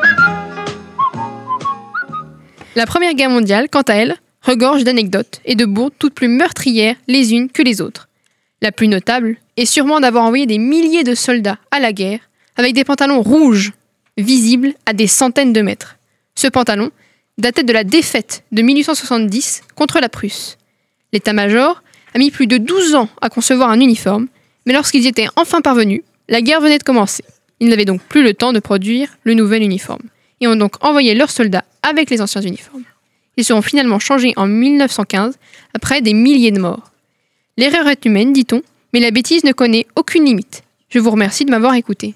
La Première Guerre mondiale, quant à elle, regorge d'anecdotes et de bourdes toutes plus meurtrières les unes que les autres. La plus notable est sûrement d'avoir envoyé des milliers de soldats à la guerre avec des pantalons rouges, visibles à des centaines de mètres. Ce pantalon datait de la défaite de mille huit cent soixante-dix contre la Prusse. L'état-major a mis plus de douze ans à concevoir un uniforme, mais lorsqu'ils y étaient enfin parvenus, la guerre venait de commencer. Ils n'avaient donc plus le temps de produire le nouvel uniforme, et ont donc envoyé leurs soldats avec les anciens uniformes. Ils seront finalement changés en mille neuf cent quinze, après des milliers de morts. L'erreur est humaine, dit-on, mais la bêtise ne connaît aucune limite. Je vous remercie de m'avoir écouté.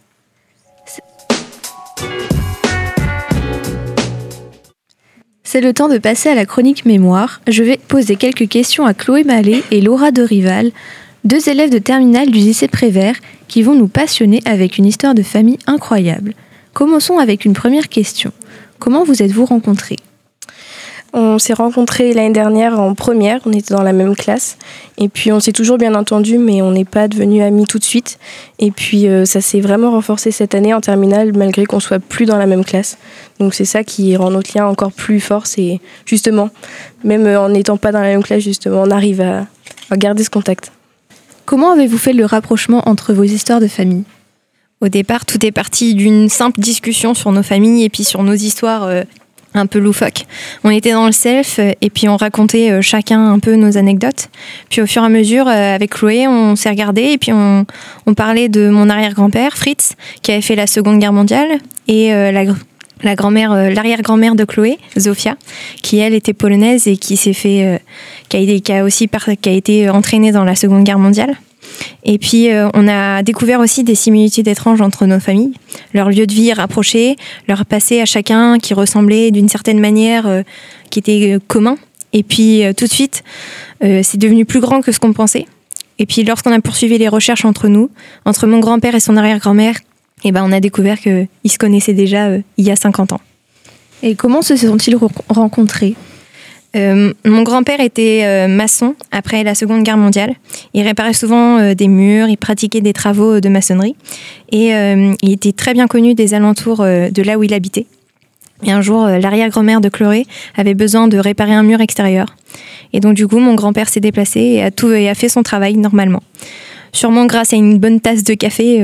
C'est le temps de passer à la chronique mémoire. Je vais poser quelques questions à Chloé Mallet et Laura Dorival, deux élèves de terminale du lycée Prévert, qui vont nous passionner avec une histoire de famille incroyable. Commençons avec une première question. Comment vous êtes-vous rencontrés ? On s'est rencontrés l'année dernière en première, on était dans la même classe. Et puis on s'est toujours bien entendu, mais on n'est pas devenus amis tout de suite. Et puis euh, ça s'est vraiment renforcé cette année en terminale, malgré qu'on soit plus dans la même classe. Donc c'est ça qui rend notre lien encore plus fort. C'est justement, même en n'étant pas dans la même classe, justement, on arrive à, à garder ce contact. Comment avez-vous fait le rapprochement entre vos histoires de famille ? Au départ, tout est parti d'une simple discussion sur nos familles et puis sur nos histoires euh, un peu loufoques. On était dans le self et puis on racontait euh, chacun un peu nos anecdotes. Puis au fur et à mesure, euh, avec Chloé, on s'est regardé et puis on, on parlait de mon arrière-grand-père, Fritz, qui avait fait la Seconde Guerre mondiale, et euh, la, la grand-mère, euh, l'arrière-grand-mère de Chloé, Zofia, qui elle était polonaise et qui s'est fait, euh, qui a été, qui a aussi par, qui a été entraînée dans la Seconde Guerre mondiale. Et puis, euh, on a découvert aussi des similitudes étranges entre nos familles, leur lieu de vie rapproché, leur passé à chacun qui ressemblait d'une certaine manière, euh, qui était euh, commun. Et puis, euh, tout de suite, euh, c'est devenu plus grand que ce qu'on pensait. Et puis, lorsqu'on a poursuivi les recherches entre nous, entre mon grand-père et son arrière-grand-mère, eh ben, on a découvert qu'ils se connaissaient déjà euh, il y a cinquante ans. Et comment se sont-ils re- rencontrés ? Euh, mon grand-père était euh, maçon après la Seconde Guerre mondiale. Il réparait souvent euh, des murs, il pratiquait des travaux de maçonnerie et euh, il était très bien connu des alentours euh, de là où il habitait. Et un jour, euh, l'arrière-grand-mère de Chloé avait besoin de réparer un mur extérieur. Et donc du coup, mon grand-père s'est déplacé et a, tout, et a fait son travail normalement. Sûrement grâce à une bonne tasse de café, euh,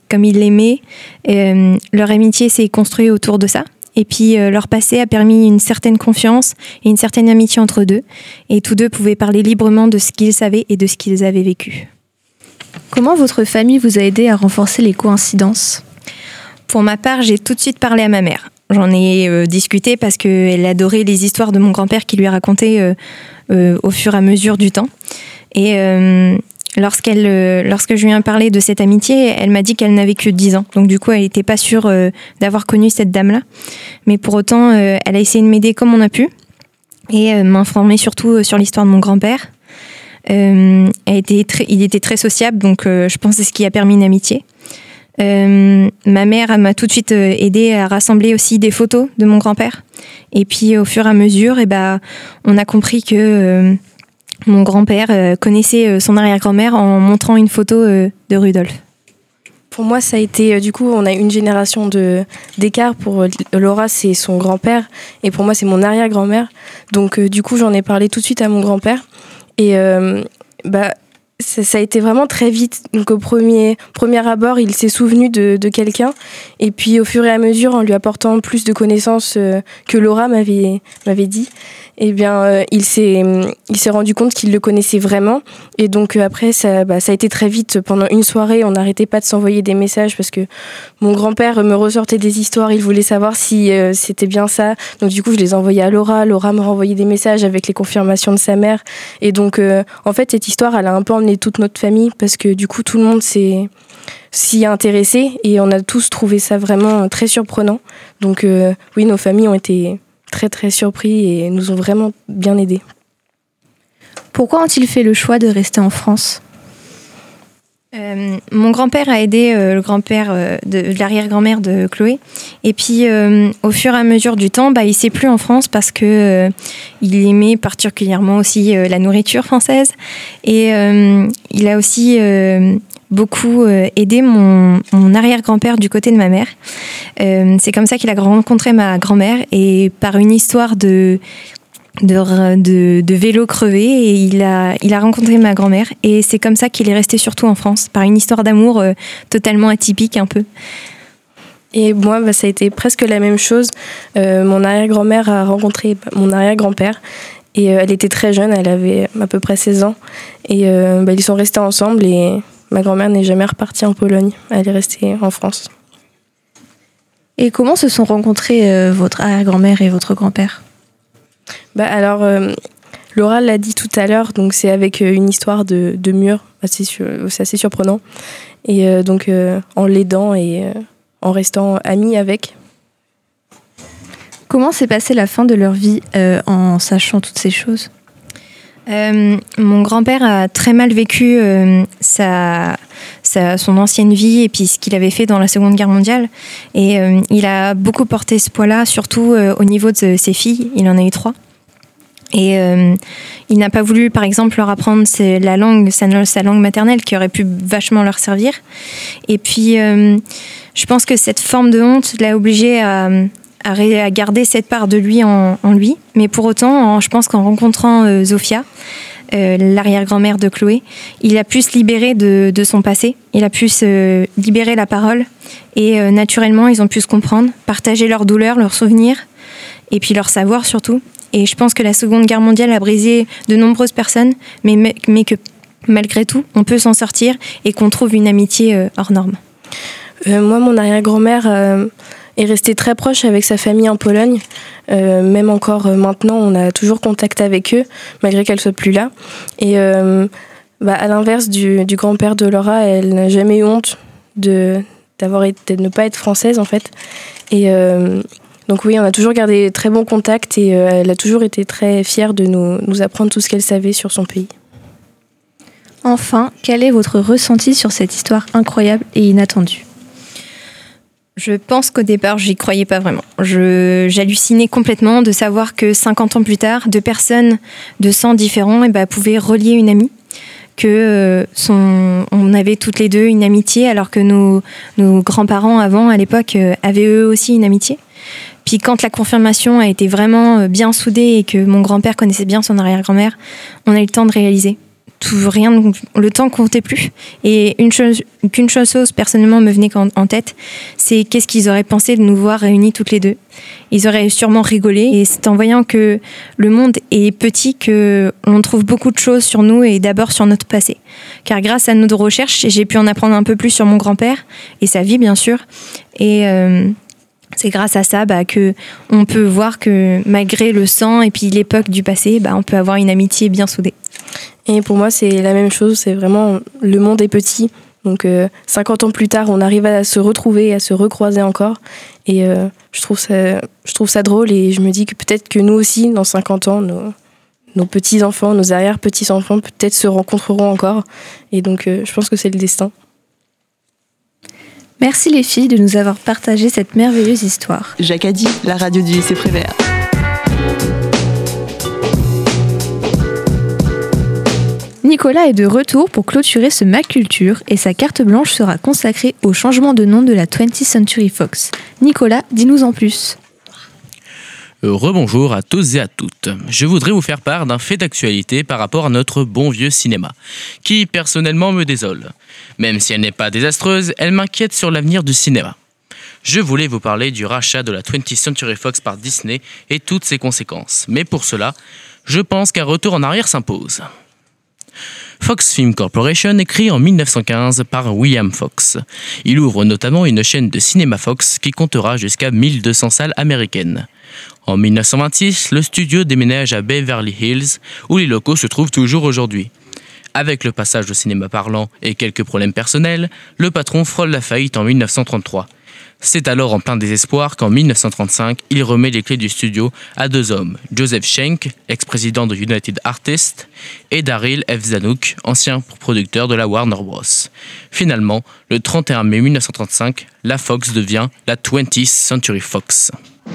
comme ils l'aimaient. Euh, leur amitié s'est construite autour de ça. Et puis euh, leur passé a permis une certaine confiance et une certaine amitié entre eux deux. Et tous deux pouvaient parler librement de ce qu'ils savaient et de ce qu'ils avaient vécu. Comment votre famille vous a aidé à renforcer les coïncidences ? Pour ma part, j'ai tout de suite parlé à ma mère. J'en ai euh, discuté parce qu'elle adorait les histoires de mon grand-père qui lui racontait euh, euh, au fur et à mesure du temps. Et euh, lorsqu'elle, euh, lorsque je lui ai parlé de cette amitié, elle m'a dit qu'elle n'avait que dix ans. Donc du coup, elle n'était pas sûre euh, d'avoir connu cette dame-là. Mais pour autant, euh, elle a essayé de m'aider comme on a pu et euh, m'informer surtout sur l'histoire de mon grand-père. Euh, elle était très, il était très sociable, donc euh, je pense que c'est ce qui a permis une amitié. Euh, ma mère m'a tout de suite euh, aidé à rassembler aussi des photos de mon grand-père. Et puis au fur et à mesure, eh ben, on a compris que euh, mon grand-père euh, connaissait euh, son arrière-grand-mère en montrant une photo euh, de Rudolf. Pour moi, ça a été, euh, du coup, on a une génération de, d'écart. Pour euh, Laura, c'est son grand-père. Et pour moi, c'est mon arrière-grand-mère. Donc euh, du coup, j'en ai parlé tout de suite à mon grand-père. Et euh, bah, ça, ça a été vraiment très vite. Donc au premier, premier abord, il s'est souvenu de, de quelqu'un. Et puis au fur et à mesure, en lui apportant plus de connaissances euh, que Laura m'avait, m'avait dit, eh bien, euh, il, s'est, il s'est rendu compte qu'il le connaissait vraiment. Et donc euh, après, ça, bah, ça a été très vite. Pendant une soirée, on n'arrêtait pas de s'envoyer des messages parce que mon grand-père me ressortait des histoires. Il voulait savoir si euh, c'était bien ça. Donc du coup, je les envoyais à Laura. Laura me renvoyait des messages avec les confirmations de sa mère. Et donc, euh, en fait, cette histoire, elle a un peu emmené toute notre famille parce que du coup, tout le monde s'est, s'y a intéressé et on a tous trouvé ça vraiment très surprenant. Donc euh, oui, nos familles ont été très très surpris et nous ont vraiment bien aidés. Pourquoi ont-ils fait le choix de rester en France ? Euh, mon grand-père a aidé euh, le grand-père euh, de, de l'arrière-grand-mère de Chloé. Et puis, euh, au fur et à mesure du temps, bah, il ne s'est plus en France parce que euh, il aimait particulièrement aussi euh, la nourriture française. Et euh, il a aussi euh, beaucoup euh, aidé mon, mon arrière-grand-père du côté de ma mère. Euh, c'est comme ça qu'il a rencontré ma grand-mère. Et par une histoire de... De, de, de vélo crevé et il a, il a rencontré ma grand-mère et c'est comme ça qu'il est resté surtout en France, par une histoire d'amour euh, totalement atypique un peu. Et moi, bah, ça a été presque la même chose. Euh, mon arrière-grand-mère a rencontré mon arrière-grand-père et euh, elle était très jeune, elle avait à peu près seize ans et euh, bah, ils sont restés ensemble et ma grand-mère n'est jamais repartie en Pologne, elle est restée en France. Et comment se sont rencontrés euh, votre arrière-grand-mère et votre grand-père ? Bah alors, euh, Laura l'a dit tout à l'heure, donc c'est avec euh, une histoire de, de mur, assez sur, c'est assez surprenant. Et euh, donc euh, en l'aidant et euh, en restant amis avec. Comment s'est passée la fin de leur vie euh, en sachant toutes ces choses ? Euh, mon grand-père a très mal vécu euh, sa, sa, son ancienne vie et puis ce qu'il avait fait dans la Seconde Guerre mondiale. Et euh, il a beaucoup porté ce poids-là, surtout euh, au niveau de ses filles. Il en a eu trois. Et euh, il n'a pas voulu, par exemple, leur apprendre la langue, sa, sa langue maternelle qui aurait pu vachement leur servir. Et puis, euh, je pense que cette forme de honte l'a obligé à... à garder cette part de lui en, en lui. Mais pour autant, en, je pense qu'en rencontrant euh, Zofia, euh, l'arrière-grand-mère de Chloé, il a pu se libérer de, de son passé. Il a pu se libérer la parole. Et euh, naturellement, ils ont pu se comprendre, partager leurs douleurs, leurs souvenirs, et puis leur savoir surtout. Et je pense que la Seconde Guerre mondiale a brisé de nombreuses personnes, mais, mais que malgré tout, on peut s'en sortir et qu'on trouve une amitié euh, hors norme. Euh, moi, mon arrière-grand-mère... Euh est resté très proche avec sa famille en Pologne. Euh, même encore euh, maintenant, on a toujours contact avec eux, malgré qu'elle soit plus là. Et euh, bah, à l'inverse du, du grand-père de Laura, elle n'a jamais eu honte de, d'avoir été, de ne pas être française, en fait. Et euh, donc oui, on a toujours gardé très bons contacts et euh, elle a toujours été très fière de nous, nous apprendre tout ce qu'elle savait sur son pays. Enfin, quel est votre ressenti sur cette histoire incroyable et inattendue ? Je pense qu'au départ, j'y croyais pas vraiment. Je, j'hallucinais complètement de savoir que cinquante ans plus tard, deux personnes de sang différents eh ben, pouvaient relier une amie, que euh, son, on avait toutes les deux une amitié, alors que nos, nos grands-parents avant, à l'époque, euh, avaient eux aussi une amitié. Puis quand la confirmation a été vraiment bien soudée et que mon grand-père connaissait bien son arrière-grand-mère, on a eu le temps de réaliser tout, rien, le temps comptait plus. Et une chose, qu'une chose personnellement me venait en, en tête, c'est qu'est-ce qu'ils auraient pensé de nous voir réunis toutes les deux. Ils auraient sûrement rigolé. Et c'est en voyant que le monde est petit qu'on trouve beaucoup de choses sur nous et d'abord sur notre passé. Car grâce à nos recherches, j'ai pu en apprendre un peu plus sur mon grand-père et sa vie, bien sûr. Et euh, c'est grâce à ça bah, qu'on peut voir que malgré le sang et puis l'époque du passé, bah, on peut avoir une amitié bien soudée. Et pour moi, c'est la même chose. C'est vraiment, le monde est petit. Donc euh, cinquante ans plus tard, on arrive à se retrouver, à se recroiser encore. Et euh, je trouve ça, je trouve ça drôle et je me dis que peut-être que nous aussi, dans cinquante ans, nos, nos petits-enfants, nos arrière-petits-enfants, peut-être se rencontreront encore. Et donc euh, je pense que c'est le destin. Merci les filles de nous avoir partagé cette merveilleuse histoire. Jacadi, la radio du lycée Prévert. Nicolas est de retour pour clôturer ce Mac Culture et sa carte blanche sera consacrée au changement de nom de la twentieth Century Fox. Nicolas, dis-nous en plus. Rebonjour à tous et à toutes. Je voudrais vous faire part d'un fait d'actualité par rapport à notre bon vieux cinéma, qui personnellement me désole. Même si elle n'est pas désastreuse, elle m'inquiète sur l'avenir du cinéma. Je voulais vous parler du rachat de la twentieth Century Fox par Disney et toutes ses conséquences. Mais pour cela, je pense qu'un retour en arrière s'impose. Fox Film Corporation est créé en mille neuf cent quinze par William Fox. Il ouvre notamment une chaîne de cinéma Fox qui comptera jusqu'à mille deux cents salles américaines. En mille neuf cent vingt-six, le studio déménage à Beverly Hills, où les locaux se trouvent toujours aujourd'hui. Avec le passage au cinéma parlant et quelques problèmes personnels, le patron frôle la faillite en mille neuf cent trente-trois. C'est alors en plein désespoir qu'en mille neuf cent trente-cinq, il remet les clés du studio à deux hommes, Joseph Schenck, ex-président de United Artists, et Daryl F. Zanuck, ancien producteur de la Warner Bros. Finalement, le trente et un mai mille neuf cent trente-cinq, la Fox devient la twentieth Century Fox.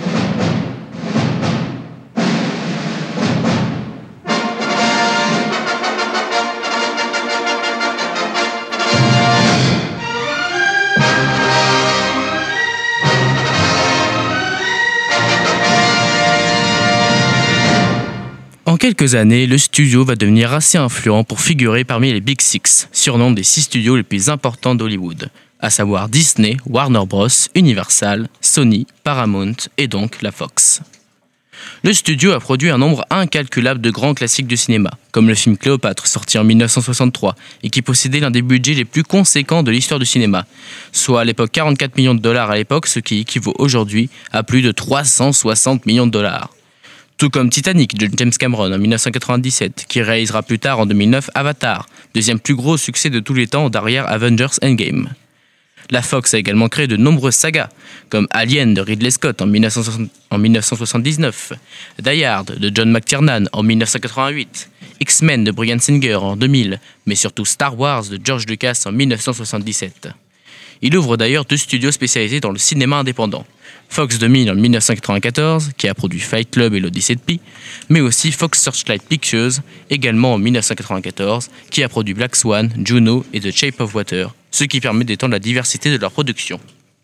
En quelques années, le studio va devenir assez influent pour figurer parmi les Big Six, surnom des six studios les plus importants d'Hollywood, à savoir Disney, Warner Bros, Universal, Sony, Paramount et donc la Fox. Le studio a produit un nombre incalculable de grands classiques du cinéma, comme le film Cléopâtre, sorti en mille neuf cent soixante-trois, et qui possédait l'un des budgets les plus conséquents de l'histoire du cinéma, soit à l'époque quarante-quatre millions de dollars à l'époque, ce qui équivaut aujourd'hui à plus de trois cent soixante millions de dollars. Tout comme Titanic de James Cameron en mille neuf cent quatre-vingt-dix-sept, qui réalisera plus tard en deux mille neuf Avatar, deuxième plus gros succès de tous les temps derrière Avengers Endgame. La Fox a également créé de nombreuses sagas, comme Alien de Ridley Scott en mille neuf cent soixante-dix-neuf, Die Hard de John McTiernan en mille neuf cent quatre-vingt-huit, X-Men de Bryan Singer en deux mille, mais surtout Star Wars de George Lucas en mille neuf cent soixante-dix-sept. Il ouvre d'ailleurs deux studios spécialisés dans le cinéma indépendant. Fox deux mille en mille neuf cent quatre-vingt-quatorze, qui a produit Fight Club et l'Odyssée de Pi, mais aussi Fox Searchlight Pictures, également en mille neuf cent quatre-vingt-quatorze, qui a produit Black Swan, Juno et The Shape of Water, ce qui permet d'étendre la diversité de leur production.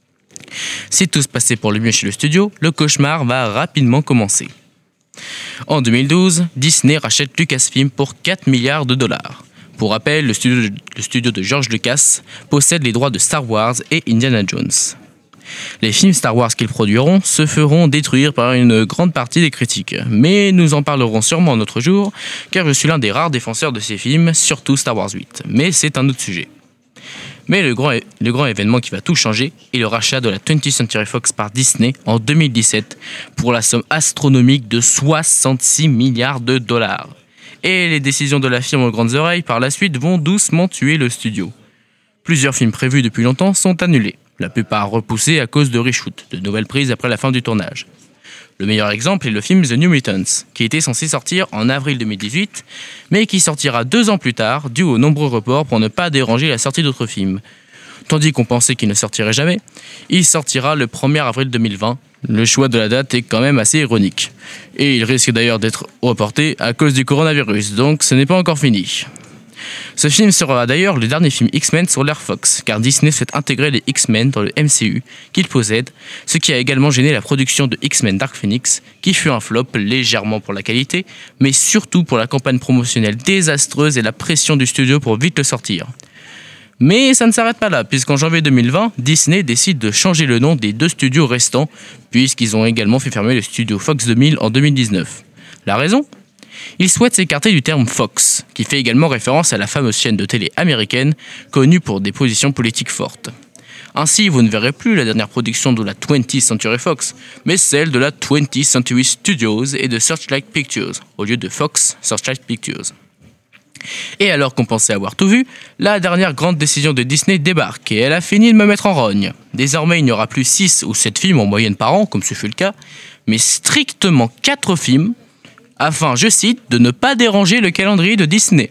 Si tout se passait pour le mieux chez le studio, le cauchemar va rapidement commencer. En deux mille douze, Disney rachète Lucasfilm pour quatre milliards de dollars. Pour rappel, le studio, de, le studio de George Lucas possède les droits de Star Wars et Indiana Jones. Les films Star Wars qu'ils produiront se feront détruire par une grande partie des critiques, mais nous en parlerons sûrement un autre jour, car je suis l'un des rares défenseurs de ces films, surtout Star Wars huit, mais c'est un autre sujet. Mais le grand, le grand événement qui va tout changer est le rachat de la twentieth Century Fox par Disney en deux mille dix-sept pour la somme astronomique de soixante-six milliards de dollars. Et les décisions de la firme aux grandes oreilles par la suite vont doucement tuer le studio. Plusieurs films prévus depuis longtemps sont annulés, la plupart repoussés à cause de reshoots, de nouvelles prises après la fin du tournage. Le meilleur exemple est le film The New Mutants, qui était censé sortir en avril deux mille dix-huit, mais qui sortira deux ans plus tard, dû aux nombreux reports pour ne pas déranger la sortie d'autres films. Tandis qu'on pensait qu'il ne sortirait jamais, il sortira le premier avril deux mille vingt. Le choix de la date est quand même assez ironique. Et il risque d'ailleurs d'être reporté à cause du coronavirus, donc ce n'est pas encore fini. Ce film sera d'ailleurs le dernier film X-Men sur l'ère Fox, car Disney souhaite intégrer les X-Men dans le M C U qu'il possède, ce qui a également gêné la production de X-Men Dark Phoenix, qui fut un flop légèrement pour la qualité, mais surtout pour la campagne promotionnelle désastreuse et la pression du studio pour vite le sortir. Mais ça ne s'arrête pas là, puisqu'en janvier deux mille vingt, Disney décide de changer le nom des deux studios restants, puisqu'ils ont également fait fermer le studio Fox deux mille en deux mille dix-neuf. La raison ? Ils souhaitent s'écarter du terme Fox, qui fait également référence à la fameuse chaîne de télé américaine, connue pour des positions politiques fortes. Ainsi, vous ne verrez plus la dernière production de la twentieth Century Fox, mais celle de la twentieth Century Studios et de Searchlight Pictures, au lieu de Fox Searchlight Pictures. Et alors qu'on pensait avoir tout vu, la dernière grande décision de Disney débarque et elle a fini de me mettre en rogne. Désormais, il n'y aura plus six ou sept films en moyenne par an, comme ce fut le cas, mais strictement quatre films, afin, je cite, de ne pas déranger le calendrier de Disney.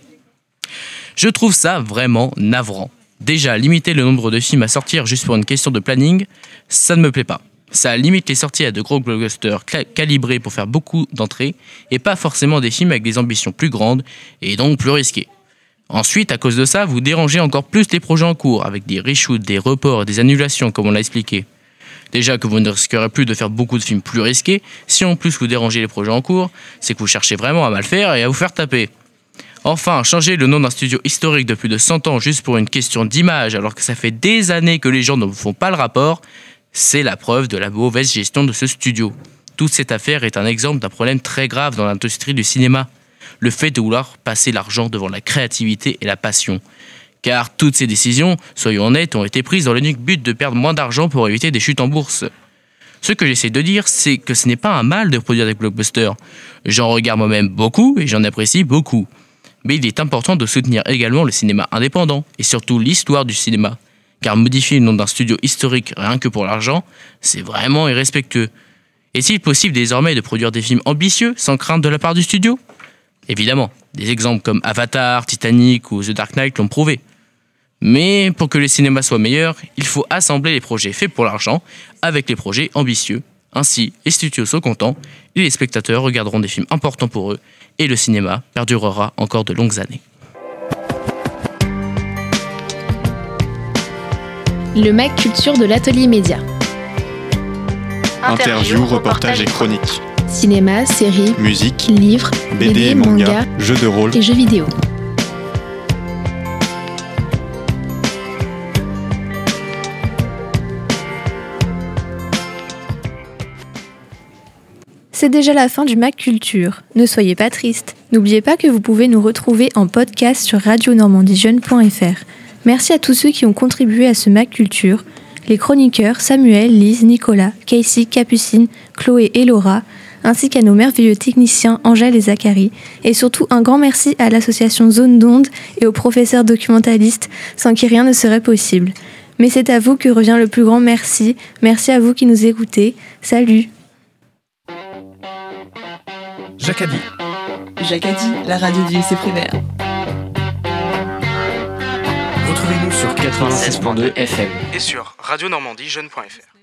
Je trouve ça vraiment navrant. Déjà, limiter le nombre de films à sortir juste pour une question de planning, ça ne me plaît pas. Ça limite les sorties à de gros blockbusters calibrés pour faire beaucoup d'entrées et pas forcément des films avec des ambitions plus grandes et donc plus risquées. Ensuite, à cause de ça, vous dérangez encore plus les projets en cours avec des reshoots, des reports et des annulations comme on l'a expliqué. Déjà que vous ne risquerez plus de faire beaucoup de films plus risqués, si en plus vous dérangez les projets en cours, c'est que vous cherchez vraiment à mal faire et à vous faire taper. Enfin, changer le nom d'un studio historique de plus de cent ans juste pour une question d'image alors que ça fait des années que les gens ne vous font pas le rapport, c'est la preuve de la mauvaise gestion de ce studio. Toute cette affaire est un exemple d'un problème très grave dans l'industrie du cinéma. Le fait de vouloir passer l'argent devant la créativité et la passion. Car toutes ces décisions, soyons honnêtes, ont été prises dans l'unique but de perdre moins d'argent pour éviter des chutes en bourse. Ce que j'essaie de dire, c'est que ce n'est pas un mal de produire des blockbusters. J'en regarde moi-même beaucoup et j'en apprécie beaucoup. Mais il est important de soutenir également le cinéma indépendant et surtout l'histoire du cinéma. Car modifier le nom d'un studio historique rien que pour l'argent, c'est vraiment irrespectueux. Est-il possible désormais de produire des films ambitieux sans crainte de la part du studio ? Évidemment, des exemples comme Avatar, Titanic ou The Dark Knight l'ont prouvé. Mais pour que le cinéma soit meilleur, il faut assembler les projets faits pour l'argent avec les projets ambitieux. Ainsi, les studios sont contents et les spectateurs regarderont des films importants pour eux et le cinéma perdurera encore de longues années. Le Mac Culture de l'Atelier Média. Interviews, reportages et chroniques. Cinéma, séries, musique, livres, B D, B D et manga, jeux de rôle et jeux vidéo. C'est déjà la fin du Mac Culture. Ne soyez pas tristes. N'oubliez pas que vous pouvez nous retrouver en podcast sur radio normandie jeune point f r. Merci à tous ceux qui ont contribué à ce Mac Culture. Les chroniqueurs Samuel, Lise, Nicolas, Casey, Capucine, Chloé et Laura, ainsi qu'à nos merveilleux techniciens Angèle et Zachary. Et surtout un grand merci à l'association Zone d'Onde et aux professeurs documentalistes sans qui rien ne serait possible. Mais c'est à vous que revient le plus grand merci. Merci à vous qui nous écoutez. Salut! Jacadi. Jacadi, la radio du lycée Prévert. Retrouvez-nous sur quatre-vingt-seize virgule deux F M et sur radio normandie jeune point f r.